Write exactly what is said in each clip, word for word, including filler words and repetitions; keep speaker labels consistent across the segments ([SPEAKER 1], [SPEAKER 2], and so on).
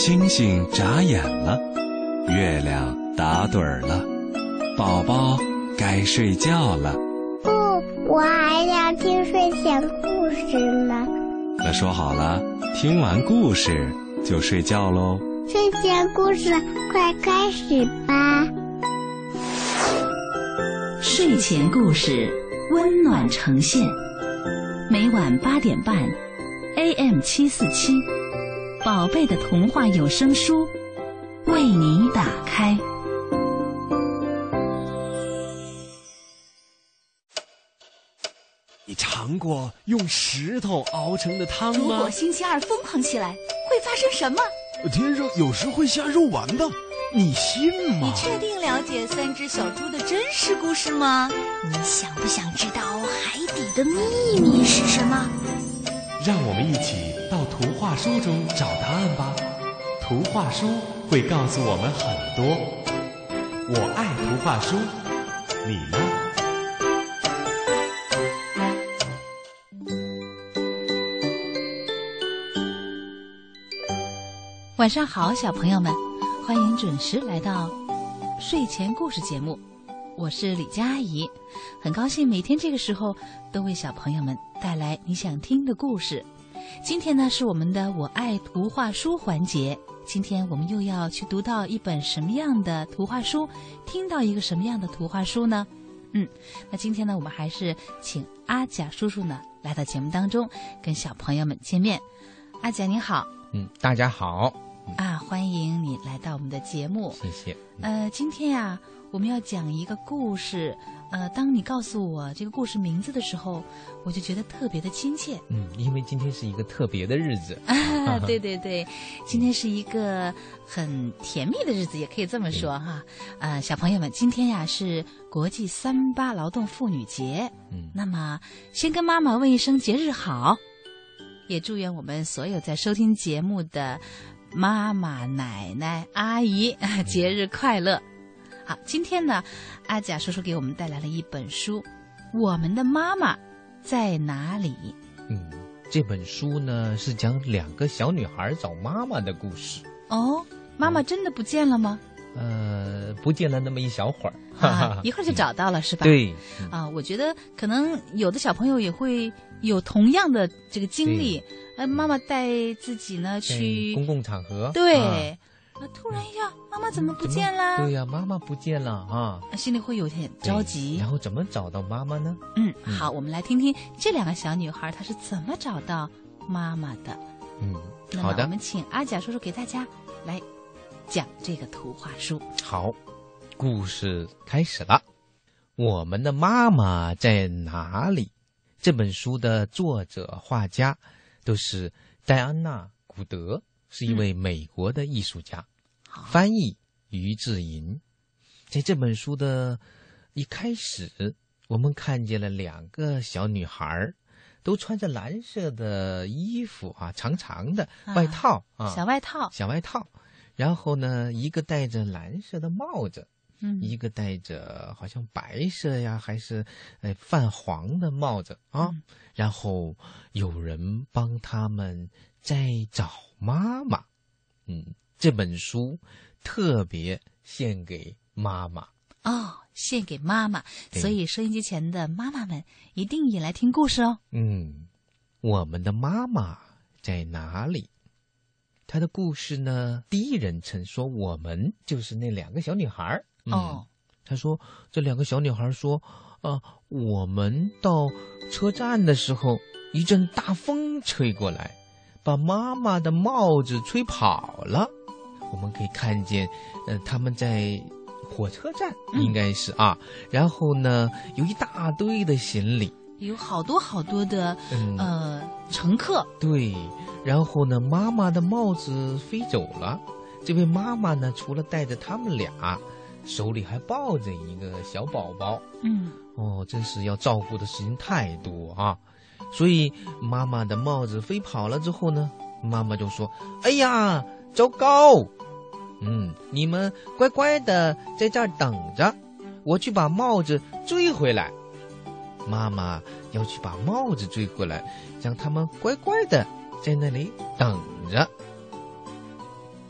[SPEAKER 1] 星星眨眼了，月亮打盹儿了，宝宝该睡觉了。
[SPEAKER 2] 不，我还要听睡前故事呢。
[SPEAKER 1] 那说好了，听完故事就睡觉喽。
[SPEAKER 2] 睡前故事快开始吧。
[SPEAKER 3] 睡前故事温暖呈现，每晚八点半 A M 七四七，宝贝的童话有声书为你打开。
[SPEAKER 4] 你尝过用石头熬成的汤吗？
[SPEAKER 5] 如果星期二疯狂起来，会发生什么？
[SPEAKER 4] 天上有时会下肉丸的，你信吗？
[SPEAKER 5] 你确定了解三只小猪的真实故事吗？
[SPEAKER 6] 你想不想知道海底的秘密是什么？
[SPEAKER 7] 让我们一起到图画书中找答案吧。图画书会告诉我们很多。我爱图画书，你呢？
[SPEAKER 3] 晚上好，小朋友们，欢迎准时来到睡前故事节目，我是李佳阿姨，很高兴每天这个时候都为小朋友们带来你想听的故事。今天呢是我们的我爱图画书环节，今天我们又要去读到一本什么样的图画书，听到一个什么样的图画书呢？嗯，那今天呢我们还是请阿甲叔叔呢来到节目当中跟小朋友们见面。阿甲你好。
[SPEAKER 8] 嗯，大家好。
[SPEAKER 3] 啊，欢迎你来到我们的节目，
[SPEAKER 8] 谢谢。
[SPEAKER 3] 呃，今天呀，我们要讲一个故事。呃，当你告诉我这个故事名字的时候，我就觉得特别的亲切。
[SPEAKER 8] 嗯，因为今天是一个特别的日子。
[SPEAKER 3] 啊，对对对，今天是一个很甜蜜的日子，也可以这么说哈。呃，小朋友们，今天呀是国际三八劳动妇女节。嗯，那么先跟妈妈问一声节日好，也祝愿我们所有在收听节目的妈妈、奶奶、阿姨节日快乐。好，今天呢，阿甲叔叔给我们带来了一本书《我们的妈妈在哪里》。
[SPEAKER 8] 嗯，这本书呢是讲两个小女孩找妈妈的故事。
[SPEAKER 3] 哦，妈妈真的不见了吗？
[SPEAKER 8] 呃，不见了那么一小会儿，
[SPEAKER 3] 啊，一会儿就找到了，是吧？
[SPEAKER 8] 对。
[SPEAKER 3] 啊，我觉得可能有的小朋友也会有同样的这个经历。呃，妈妈带自己呢去
[SPEAKER 8] 公共场合，
[SPEAKER 3] 对，啊，突然一下，妈妈怎么不见啦？
[SPEAKER 8] 对呀，妈妈不见了啊，
[SPEAKER 3] 心里会有点着急。
[SPEAKER 8] 然后怎么找到妈妈呢？
[SPEAKER 3] 嗯，好，我们来听听这两个小女孩她是怎么找到妈妈的。
[SPEAKER 8] 嗯，好的，
[SPEAKER 3] 我们请阿甲叔叔给大家来讲这个图画书。
[SPEAKER 8] 好，故事开始了。我们的妈妈在哪里？这本书的作者、画家都是戴安娜·古德，是一位美国的艺术家。嗯、翻译于志银。在这本书的一开始，我们看见了两个小女孩，都穿着蓝色的衣服啊，长长的外套 啊, 啊，
[SPEAKER 3] 小外套，
[SPEAKER 8] 小外套。然后呢，一个戴着蓝色的帽子。
[SPEAKER 3] 嗯，
[SPEAKER 8] 一个戴着好像白色呀，还是呃泛黄的帽子啊、嗯，然后有人帮他们在找妈妈。嗯，这本书特别献给妈妈
[SPEAKER 3] 哦，献给妈妈，所以收音机前的妈妈们一定也来听故事哦。
[SPEAKER 8] 嗯，我们的妈妈在哪里？她的故事呢，第一人称说我们就是那两个小女孩。嗯、
[SPEAKER 3] 哦，
[SPEAKER 8] 他说这两个小女孩说，呃，我们到车站的时候，一阵大风吹过来，把妈妈的帽子吹跑了。我们可以看见，呃，他们在火车站，应该是、嗯、啊。然后呢，有一大堆的行李，
[SPEAKER 3] 有好多好多的、嗯、呃乘客。
[SPEAKER 8] 对，然后呢，妈妈的帽子飞走了。这位妈妈呢，除了带着他们俩。手里还抱着一个小宝宝，
[SPEAKER 3] 嗯，
[SPEAKER 8] 哦，真是要照顾的事情太多啊！所以妈妈的帽子飞跑了之后呢，妈妈就说：“哎呀，糟糕！嗯，你们乖乖的在这儿等着，我去把帽子追回来。”妈妈要去把帽子追回来，让他们乖乖的在那里等着。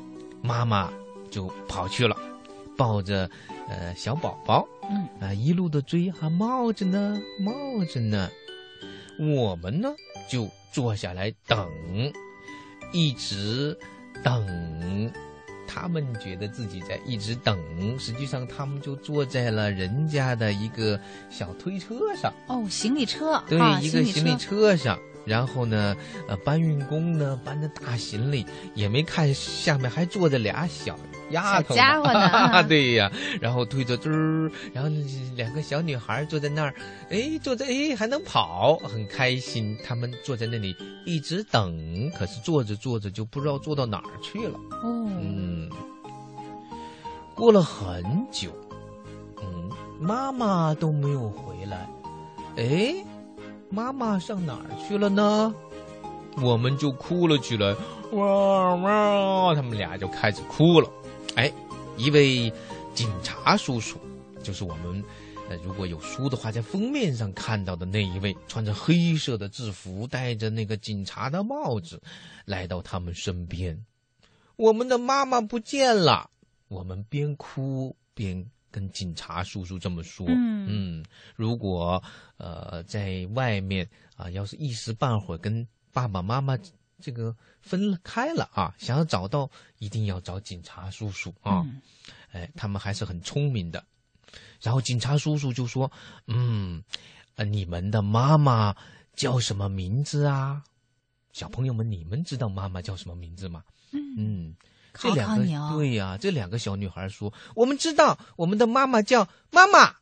[SPEAKER 8] 妈妈就跑去了，抱着呃小宝宝，
[SPEAKER 3] 嗯
[SPEAKER 8] 啊，一路的追，还冒着呢，冒着呢。我们呢就坐下来等，一直等。他们觉得自己在一直等，实际上他们就坐在了人家的一个小推车上。
[SPEAKER 3] 哦，行李车，
[SPEAKER 8] 对，
[SPEAKER 3] 啊、
[SPEAKER 8] 一个行李
[SPEAKER 3] 车
[SPEAKER 8] 车上。然后呢，呃，搬运工呢搬着大行李，也没看下面还坐着俩小丫头呢，
[SPEAKER 3] 小家伙呢
[SPEAKER 8] 对呀，然后推着墩儿，然后两个小女孩坐在那儿，哎，坐在哎还能跑，很开心。他们坐在那里一直等，可是坐着坐着就不知道坐到哪儿去了。
[SPEAKER 3] 哦，
[SPEAKER 8] 嗯，过了很久，嗯，妈妈都没有回来，哎。妈妈上哪儿去了呢？我们就哭了起来，哇哇！他们俩就开始哭了。哎，一位警察叔叔，就是我们呃如果有书的话，在封面上看到的那一位，穿着黑色的制服，戴着那个警察的帽子，来到他们身边。我们的妈妈不见了。我们边哭边跟警察叔叔这么说，
[SPEAKER 3] 嗯
[SPEAKER 8] 嗯，如果呃在外面啊，要是一时半会儿跟爸爸妈妈这个分开了啊，想要找到，一定要找警察叔叔啊，
[SPEAKER 3] 嗯、
[SPEAKER 8] 哎，他们还是很聪明的。然后警察叔叔就说，嗯，呃，你们的妈妈叫什么名字啊？小朋友们，你们知道妈妈叫什么名字吗？
[SPEAKER 3] 嗯。
[SPEAKER 8] 嗯
[SPEAKER 3] 考
[SPEAKER 8] 这两个
[SPEAKER 3] 考你哦，
[SPEAKER 8] 对呀、啊，这两个小女孩说：“我们知道，我们的妈妈叫妈妈。”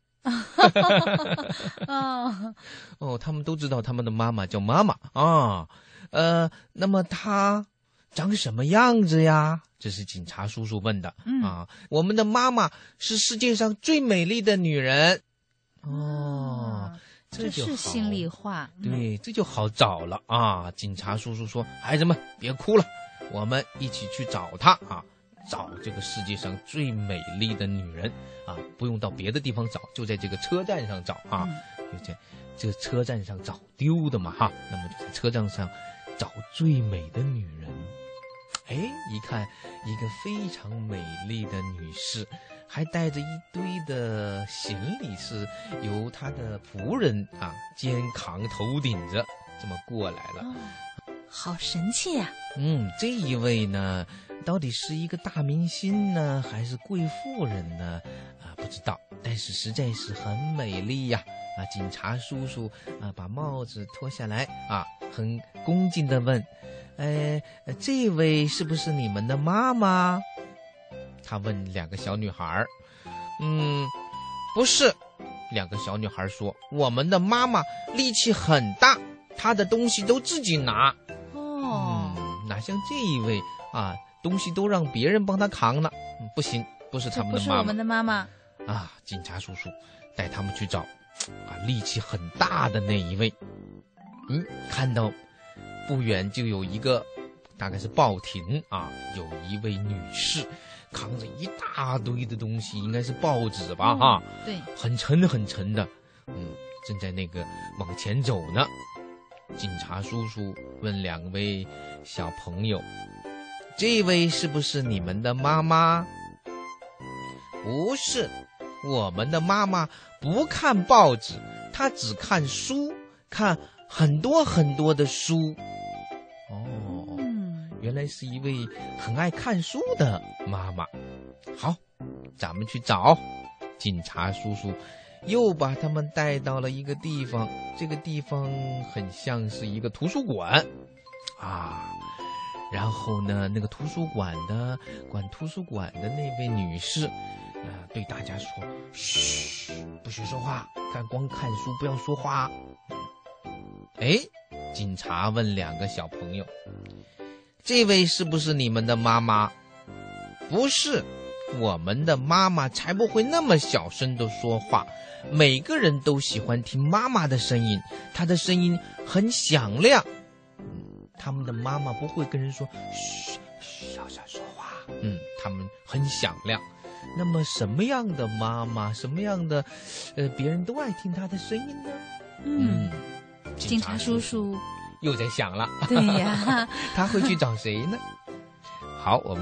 [SPEAKER 3] 哦
[SPEAKER 8] 哦，他们都知道他们的妈妈叫妈妈啊。呃，那么她长什么样子呀？这是警察叔叔问的。
[SPEAKER 3] 嗯、
[SPEAKER 8] 啊，我们的妈妈是世界上最美丽的女人。哦，
[SPEAKER 3] 啊、
[SPEAKER 8] 这
[SPEAKER 3] 是心里话。
[SPEAKER 8] 对，这就好找了啊。警察叔叔说：“孩子们，别哭了。”我们一起去找她啊，找这个世界上最美丽的女人啊，不用到别的地方找，就在这个车站上找啊，嗯、就在这个车站上找丢的嘛哈，那么就在车站上找最美的女人。哎，一看一个非常美丽的女士，还带着一堆的行李，是由她的仆人啊肩扛头顶着这么过来了。
[SPEAKER 3] 哦，好神气呀、啊！
[SPEAKER 8] 嗯，这一位呢，到底是一个大明星呢，还是贵妇人呢？啊，不知道，但是实在是很美丽呀！啊，警察叔叔啊，把帽子脱下来啊，很恭敬地问：“呃，这位是不是你们的妈妈？”他问两个小女孩。嗯，不是。两个小女孩说：“我们的妈妈力气很大，她的东西都自己拿。”
[SPEAKER 3] 哦。
[SPEAKER 8] 嗯，哪像这一位啊，东西都让别人帮他扛呢？嗯、不行，不是他们的妈妈，
[SPEAKER 3] 不是我们的妈妈
[SPEAKER 8] 啊！警察叔叔带他们去找啊，力气很大的那一位。嗯，看到不远就有一个，大概是报亭啊，有一位女士扛着一大堆的东西，应该是报纸吧？
[SPEAKER 3] 嗯、
[SPEAKER 8] 哈，
[SPEAKER 3] 对，
[SPEAKER 8] 很沉很沉的，嗯，正在那个往前走呢。警察叔叔问两位小朋友：“这位是不是你们的妈妈？”不是，我们的妈妈不看报纸，她只看书，看很多很多的书。哦，
[SPEAKER 3] 嗯，
[SPEAKER 8] 原来是一位很爱看书的妈妈。好，咱们去找。警察叔叔又把他们带到了一个地方，这个地方很像是一个图书馆啊。然后呢，那个图书馆的管图书馆的那位女士，呃，对大家说：“嘘，不许说话，看光看书，不要说话。”哎，警察问两个小朋友：“这位是不是你们的妈妈？”不是。我们的妈妈才不会那么小声的说话，每个人都喜欢听妈妈的声音，她的声音很响亮。嗯，他们的妈妈不会跟人说嘘嘘，小声说话。嗯，他们很响亮。那么什么样的妈妈，什么样的呃别人都爱听她的声音呢？
[SPEAKER 3] 嗯，
[SPEAKER 8] 嗯
[SPEAKER 3] 警察叔叔
[SPEAKER 8] 又在想了。
[SPEAKER 3] 对呀，
[SPEAKER 8] 他会去找谁呢？好，我们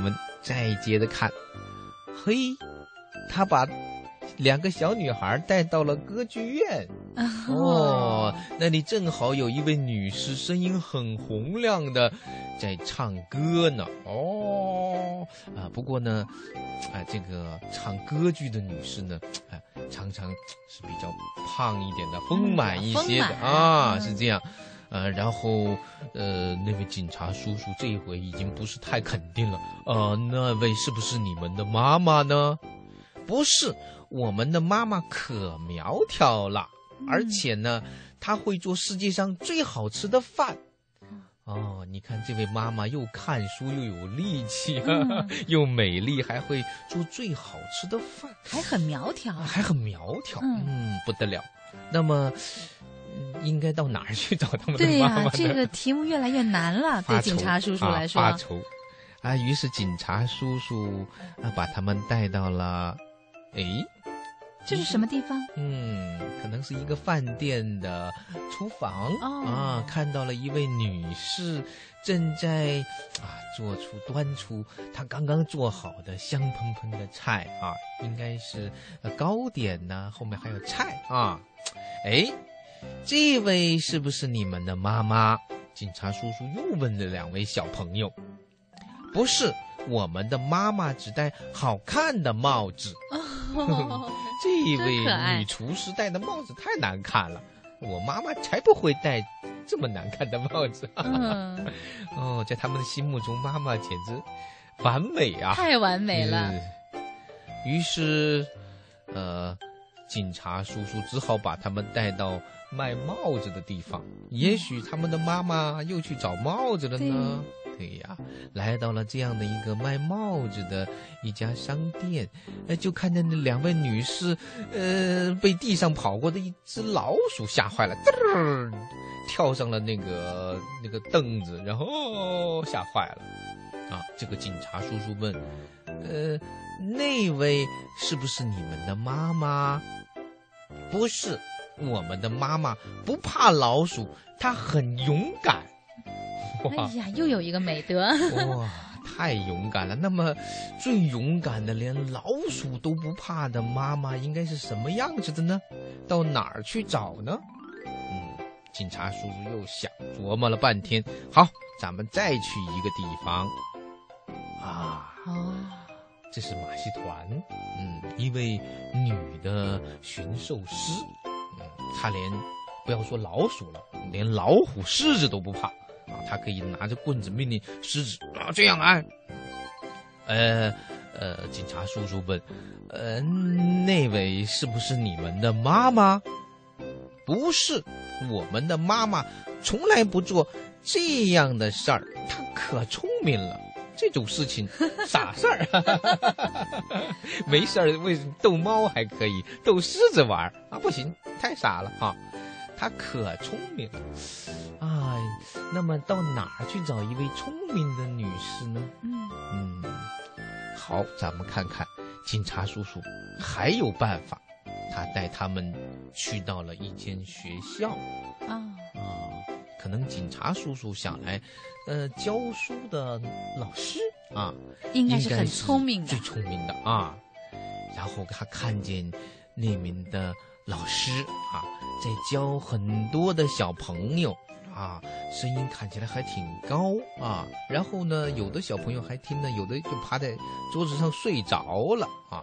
[SPEAKER 8] 再接着看，嘿，他把两个小女孩带到了歌剧院。哦，那里正好有一位女士，声音很洪亮的在唱歌呢。哦，啊，不过呢，啊，这个唱歌剧的女士呢，啊，常常是比较胖一点的，丰满一些的、嗯、啊，是这样。呃，然后，呃，那位警察叔叔这一回已经不是太肯定了。呃，那位是不是你们的妈妈呢？不是，我们的妈妈可苗条了，嗯、而且呢，她会做世界上最好吃的饭。哦，你看这位妈妈又看书又有力气、啊嗯、又美丽，还会做最好吃的饭，
[SPEAKER 3] 还很苗条，
[SPEAKER 8] 还很苗条，嗯，嗯不得了。那么。应该到哪儿去找他们的妈妈呢？
[SPEAKER 3] 对呀、啊，这个题目越来越难了，对警察叔叔来说。
[SPEAKER 8] 发愁啊！于是警察叔叔啊，把他们带到了，哎，
[SPEAKER 3] 这是什么地方？
[SPEAKER 8] 嗯，可能是一个饭店的厨房、哦、啊，看到了一位女士正在啊做出端出她刚刚做好的香喷喷的菜啊，应该是呃糕点呢、啊，后面还有菜啊，哎。这位是不是你们的妈妈？警察叔叔又问了两位小朋友。不是，我们的妈妈只戴好看的帽子。哦、这位女厨师戴的帽子太难看了，我妈妈才不会戴这么难看的帽子。嗯、哦，在他们的心目中，妈妈简直完美啊，
[SPEAKER 3] 太完美了。
[SPEAKER 8] 嗯、于是，呃。警察叔叔只好把他们带到卖帽子的地方，也许他们的妈妈又去找帽子了呢。对呀，来到了这样的一个卖帽子的一家商店，呃，就看见那两位女士，呃，被地上跑过的一只老鼠吓坏了，嘚，跳上了那个那个凳子，然后、哦、吓坏了。啊，这个警察叔叔问，呃，那位是不是你们的妈妈？不是，我们的妈妈不怕老鼠，她很勇敢。
[SPEAKER 3] 哎呀，又有一个美德。
[SPEAKER 8] 哇，太勇敢了。那么，最勇敢的连老鼠都不怕的妈妈应该是什么样子的呢？到哪儿去找呢？嗯，警察叔叔又想琢磨了半天。好，咱们再去一个地方。啊，哦，这是马戏团。嗯，一位女的驯兽师。嗯，她连不要说老鼠了，连老虎、狮子都不怕。啊，他可以拿着棍子命令狮子啊这样来。呃呃，警察叔叔问，呃，那位是不是你们的妈妈？不是，我们的妈妈从来不做这样的事儿，她可聪明了。这种事情，傻事儿，没事儿，为什么逗猫还可以，逗狮子玩啊？不行，太傻了啊！她可聪明了。哎，那么到哪儿去找一位聪明的女士呢？嗯嗯，好，咱们看看警察叔叔还有办法。他带他们去到了一间学校啊啊，可能警察叔叔想来，呃，教书的老师啊，
[SPEAKER 3] 应该是很聪明的，
[SPEAKER 8] 最聪明的啊。然后他看见那名的老师啊，在教很多的小朋友。啊，声音看起来还挺高啊，然后呢，有的小朋友还听呢，有的就趴在桌子上睡着了啊。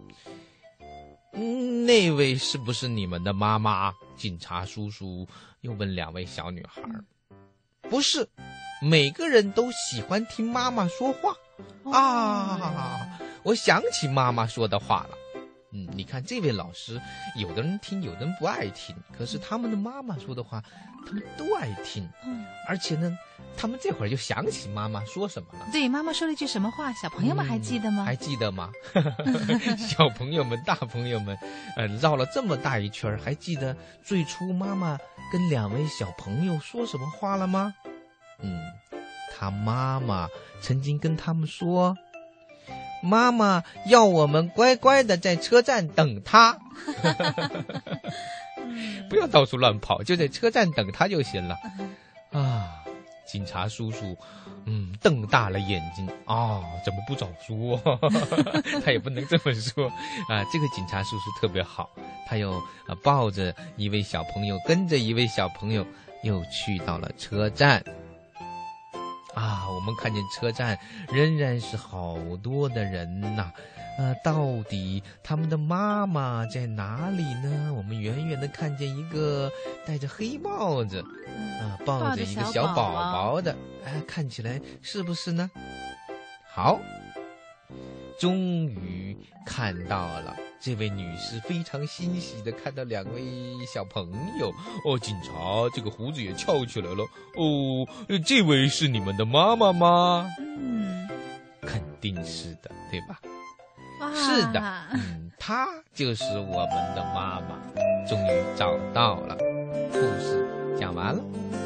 [SPEAKER 8] 嗯，那位是不是你们的妈妈？警察叔叔又问两位小女孩。不是，每个人都喜欢听妈妈说话、哦、啊。我想起妈妈说的话了。嗯，你看这位老师，有的人听，有的人不爱听，可是他们的妈妈说的话，他们都爱听。嗯，而且呢，他们这会儿就想起妈妈说什么了。
[SPEAKER 3] 对，妈妈说了一句什么话？小朋友们还记得吗？
[SPEAKER 8] 嗯、还记得吗？小朋友们、大朋友们，呃，绕了这么大一圈，还记得最初妈妈跟两位小朋友说什么话了吗？嗯，他妈妈曾经跟他们说。妈妈要我们乖乖的在车站等她，不要到处乱跑，就在车站等她就行了。啊，警察叔叔嗯，瞪大了眼睛啊，怎么不早说？他也不能这么说啊。这个警察叔叔特别好，他又啊抱着一位小朋友，跟着一位小朋友，又去到了车站。啊，我们看见车站仍然是好多的人呐、呃，到底他们的妈妈在哪里呢？我们远远的看见一个戴着黑帽子，啊、呃，抱着一个小宝宝的，哎、呃，看起来是不是呢？好，终于看到了。这位女士非常欣喜的看到两位小朋友哦，警察这个胡子也翘起来了哦，这位是你们的妈妈吗？
[SPEAKER 3] 嗯，
[SPEAKER 8] 肯定是的，对吧？是的，嗯，她就是我们的妈妈，终于找到了。故事讲完了。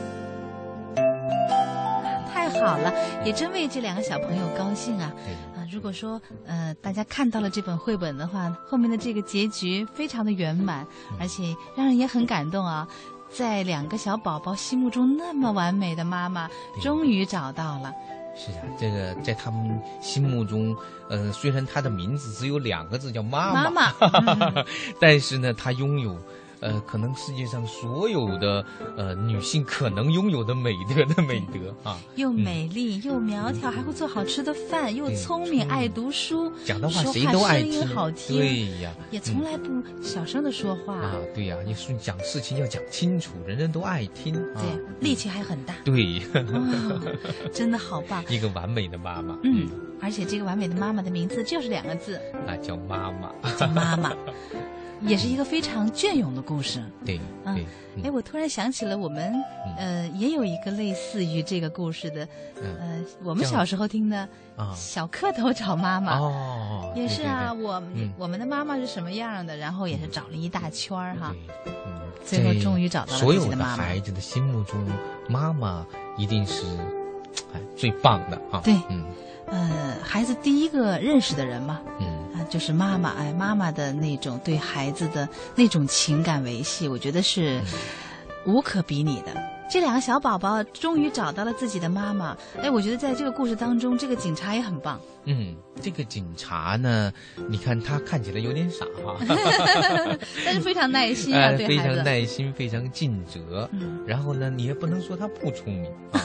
[SPEAKER 3] 太好了，也真为这两个小朋友高兴啊！啊，如果说呃大家看到了这本绘本的话，后面的这个结局非常的圆满，而且让人也很感动啊。在两个小宝宝心目中那么完美的妈妈，终于找到了。
[SPEAKER 8] 是啊，这个在他们心目中，呃，虽然她的名字只有两个字叫妈妈，
[SPEAKER 3] 妈妈，嗯、
[SPEAKER 8] 但是呢，她拥有。呃，可能世界上所有的呃女性可能拥有的美德的美德啊，
[SPEAKER 3] 又美丽、嗯、又苗条，还会做好吃的饭，又聪明，爱读书，
[SPEAKER 8] 讲的话谁都爱听，
[SPEAKER 3] 声音好听，
[SPEAKER 8] 对呀，
[SPEAKER 3] 也从来不小声的说话、
[SPEAKER 8] 嗯、啊，对呀，你说讲事情要讲清楚，人人都爱听，
[SPEAKER 3] 对，啊、力气还很大，
[SPEAKER 8] 对，
[SPEAKER 3] 哦、真的好棒，
[SPEAKER 8] 一个完美的妈妈，
[SPEAKER 3] 嗯，嗯而且这个完美的妈妈的名字就是两个字，
[SPEAKER 8] 那叫妈妈，
[SPEAKER 3] 叫妈妈。也是一个非常隽永的故事。
[SPEAKER 8] 对，
[SPEAKER 3] 嗯，哎，我突然想起了我们，呃，也有一个类似于这个故事的，呃，我们小时候听的《小蝌蚪找妈妈》
[SPEAKER 8] 哦，
[SPEAKER 3] 也是啊，我我们的妈妈是什么样的，然后也是找了一大圈儿哈，嗯，最后终于找到了自己的妈妈。
[SPEAKER 8] 所有的孩子的心目中，妈妈一定是哎最棒的啊。
[SPEAKER 3] 对，嗯，呃，孩子第一个认识的人嘛，嗯。就是妈妈，哎，妈妈的那种对孩子的那种情感维系，我觉得是无可比拟的。这两个小宝宝终于找到了自己的妈妈，哎，我觉得在这个故事当中，这个警察也很棒。
[SPEAKER 8] 嗯，这个警察呢，你看他看起来有点傻哈，
[SPEAKER 3] 但是非常耐心啊，对
[SPEAKER 8] 孩子，非常耐心，非常尽责。嗯，然后呢，你也不能说他不聪明啊。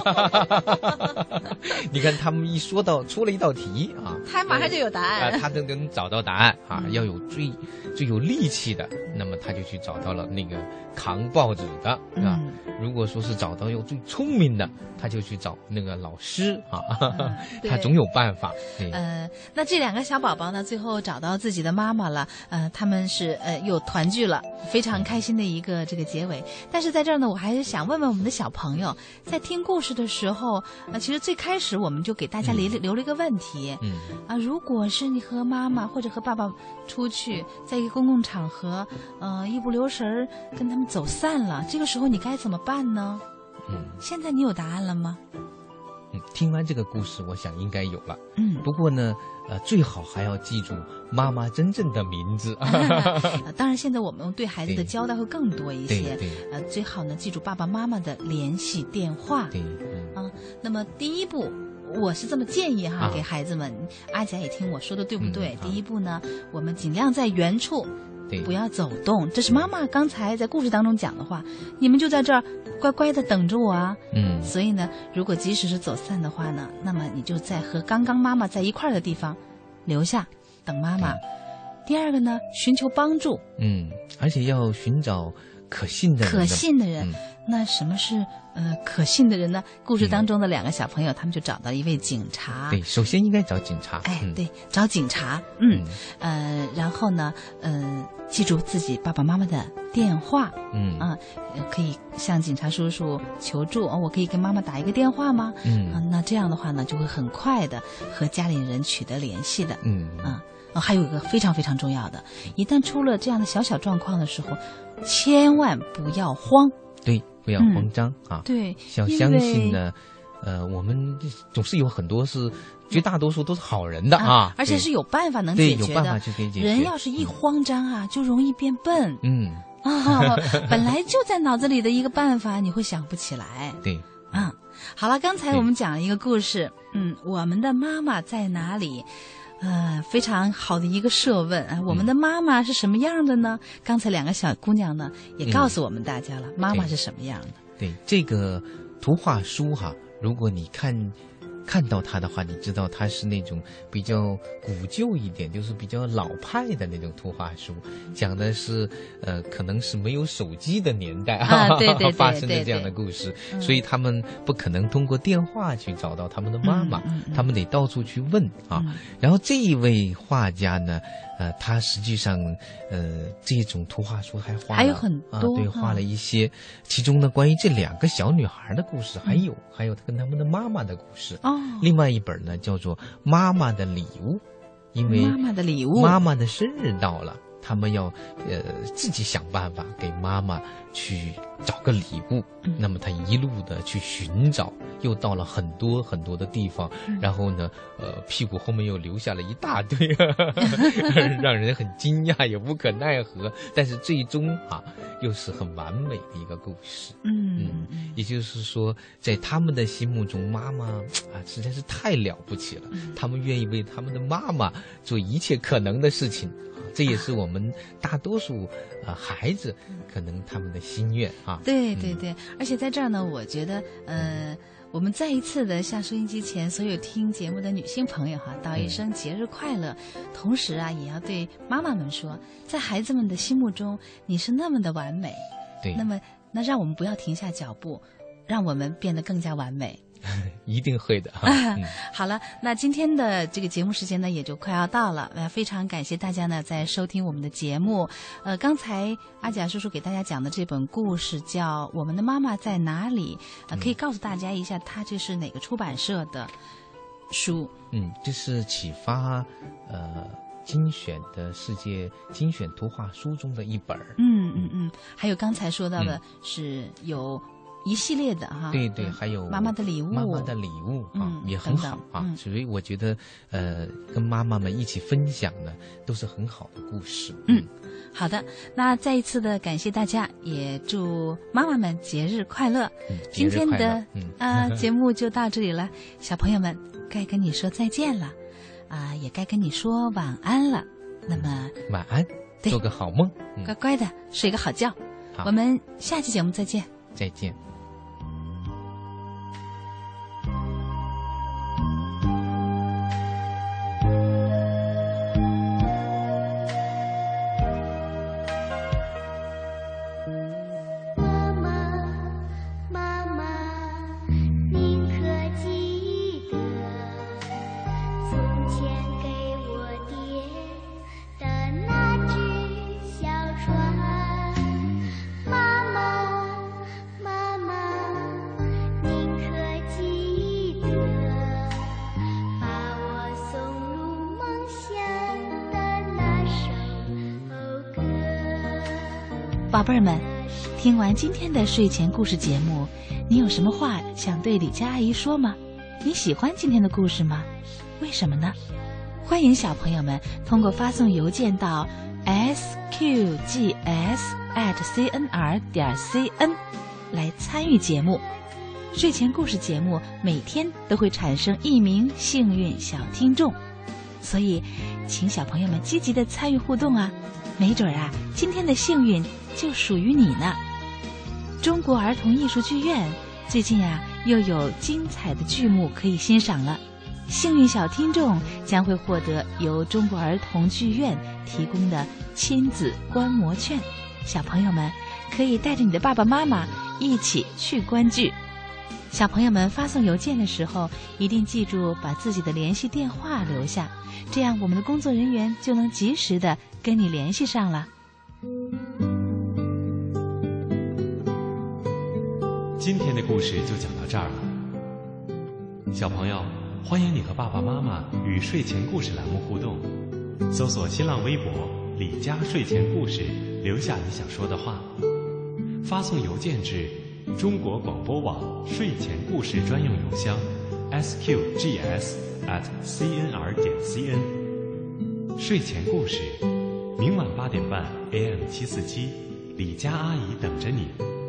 [SPEAKER 8] 你看他们一说到出了一道题啊，
[SPEAKER 3] 他马上就有答案
[SPEAKER 8] 啊，他都能找到答案啊。嗯、要有最最有力气的，那么他就去找到了那个扛报纸的，是吧？嗯、如果说是找到有最聪明的，他就去找那个老师啊，嗯、他总有办法。
[SPEAKER 3] 呃，那这两个小宝宝呢，最后找到自己的妈妈了，呃，他们是呃又团聚了，非常开心的一个这个结尾。但是在这儿呢，我还是想问问我们的小朋友，在听故事的时候，呃，其实最开始我们就给大家留留了一个问题，嗯啊，如果是你和妈妈或者和爸爸出去，在一个公共场合，呃，一不留神儿跟他们走散了，这个时候你该怎么办呢？嗯，现在你有答案了吗？
[SPEAKER 8] 嗯，听完这个故事，我想应该有了。
[SPEAKER 3] 嗯，
[SPEAKER 8] 不过呢，呃，最好还要记住妈妈真正的名字。
[SPEAKER 3] 呃、当然，现在我们对孩子的交代会更多一些。
[SPEAKER 8] 对对。
[SPEAKER 3] 呃，最好呢，记住爸爸妈妈的联系电话。
[SPEAKER 8] 对。嗯。
[SPEAKER 3] 啊，那么第一步，我是这么建议哈，啊、给孩子们，阿甲也听我说的对不对？嗯、第一步呢，我们尽量在原处。不要走动，这是妈妈刚才在故事当中讲的话。你们就在这儿乖乖的等着我啊。嗯。所以呢，如果即使是走散的话呢，那么你就在和刚刚妈妈在一块儿的地方留下等妈妈。第二个呢，寻求帮助。
[SPEAKER 8] 嗯，而且要寻找可信的人。
[SPEAKER 3] 可信的人。嗯、那什么是呃可信的人呢？故事当中的两个小朋友，嗯、他们就找到一位警察。
[SPEAKER 8] 对，首先应该找警察。
[SPEAKER 3] 哎，嗯、对，找警察。嗯，嗯呃，然后呢，呃。记住自己爸爸妈妈的电话，嗯啊，可以向警察叔叔求助哦。我可以跟妈妈打一个电话吗？嗯啊，那这样的话呢，就会很快的和家里人取得联系的。嗯啊，哦，还有一个非常非常重要的，一旦出了这样的小小状况的时候，千万不要慌。
[SPEAKER 8] 对，不要慌张、嗯、啊。
[SPEAKER 3] 对，
[SPEAKER 8] 要相信呢。呃，我们总是有很多是绝大多数都是好人的啊，
[SPEAKER 3] 啊而且是有办法能解决的。
[SPEAKER 8] 对，有办法就可以解决。
[SPEAKER 3] 人要是一慌张啊，嗯、就容易变笨。
[SPEAKER 8] 嗯
[SPEAKER 3] 啊，本来就在脑子里的一个办法，你会想不起来。
[SPEAKER 8] 对
[SPEAKER 3] 啊， 好了，刚才我们讲了一个故事，嗯，我们的妈妈在哪里？呃，非常好的一个设问啊，我们的妈妈是什么样的呢？嗯、刚才两个小姑娘呢也告诉我们大家了，嗯、妈妈是什么样的。
[SPEAKER 8] 对，这个图画书哈，如果你看。看到它的话，你知道它是那种比较古旧一点，就是比较老派的那种图画书，讲的是呃，可能是没有手机的年代
[SPEAKER 3] 啊，对对对
[SPEAKER 8] 发生的这样的故事，嗯、所以他们不可能通过电话去找到他们的妈妈，嗯嗯、他们得到处去问啊。嗯、然后这一位画家呢，呃，他实际上呃这种图画书还画了
[SPEAKER 3] 还有很多，
[SPEAKER 8] 啊、对，画了一些，嗯、其中呢关于这两个小女孩的故事，还有、嗯、还有跟他们的妈妈的故事。哦，另外一本呢叫做《妈妈的礼物》，因为
[SPEAKER 3] 妈妈的礼物，
[SPEAKER 8] 妈妈的生日到了，他们要呃自己想办法给妈妈去找个礼物。嗯、那么他一路的去寻找，又到了很多很多的地方，嗯、然后呢，呃，屁股后面又留下了一大堆，让人很惊讶也无可奈何。但是最终啊，又是很完美的一个故事。嗯嗯，也就是说，在他们的心目中，妈妈啊实在是太了不起了，嗯、他们愿意为他们的妈妈做一切可能的事情。这也是我们大多数呃孩子可能他们的心愿啊。
[SPEAKER 3] 对对对，嗯、而且在这儿呢，我觉得呃，我们再一次的向收音机前所有听节目的女性朋友哈，道一声节日快乐。嗯、同时啊，也要对妈妈们说，在孩子们的心目中，你是那么的完美。
[SPEAKER 8] 对。
[SPEAKER 3] 那么，那让我们不要停下脚步，让我们变得更加完美。
[SPEAKER 8] 一定会的哈。嗯、
[SPEAKER 3] 好了，那今天的这个节目时间呢，也就快要到了。呃，非常感谢大家呢在收听我们的节目。呃，刚才阿甲叔叔给大家讲的这本故事叫《我们的妈妈在哪里》，呃，可以告诉大家一下，它这是哪个出版社的书？
[SPEAKER 8] 嗯，这是启发呃精选的世界精选图画书中的一本。
[SPEAKER 3] 嗯嗯嗯，还有刚才说到的是有。一系列的哈，
[SPEAKER 8] 对对，还有
[SPEAKER 3] 妈妈的礼物，
[SPEAKER 8] 妈妈的礼物啊，嗯、也很好啊。嗯、所以我觉得，呃，跟妈妈们一起分享呢，都是很好的故事。
[SPEAKER 3] 嗯，好的，那再一次的感谢大家，也祝妈妈们节日快乐。
[SPEAKER 8] 嗯、
[SPEAKER 3] 今天的啊、呃、节目就到这里了，小朋友们该跟你说再见了，啊、呃，也该跟你说晚安了。那么
[SPEAKER 8] 晚安，做个好梦，
[SPEAKER 3] 嗯、乖乖的睡个好觉。好，我们下期节目再见。
[SPEAKER 8] 再见。
[SPEAKER 3] 宝贝儿们，听完今天的睡前故事节目，你有什么话想对李佳阿姨说吗？你喜欢今天的故事吗？为什么呢？欢迎小朋友们通过发送邮件到 s q g s at c n r 点 c n 来参与节目。睡前故事节目每天都会产生一名幸运小听众，所以请小朋友们积极的参与互动啊，没准啊，今天的幸运就属于你呢。中国儿童艺术剧院最近啊又有精彩的剧目可以欣赏了，幸运小听众将会获得由中国儿童剧院提供的亲子观摩券，小朋友们可以带着你的爸爸妈妈一起去观剧。小朋友们发送邮件的时候一定记住把自己的联系电话留下，这样我们的工作人员就能及时的跟你联系上了。
[SPEAKER 7] 今天的故事就讲到这儿了。小朋友，欢迎你和爸爸妈妈与睡前故事栏目互动，搜索新浪微博李家睡前故事，留下你想说的话，发送邮件至中国广播网睡前故事专用邮箱 s q g s at c n r 点 c n。 睡前故事，明晚八点半 A M 七四七，李家阿姨等着你。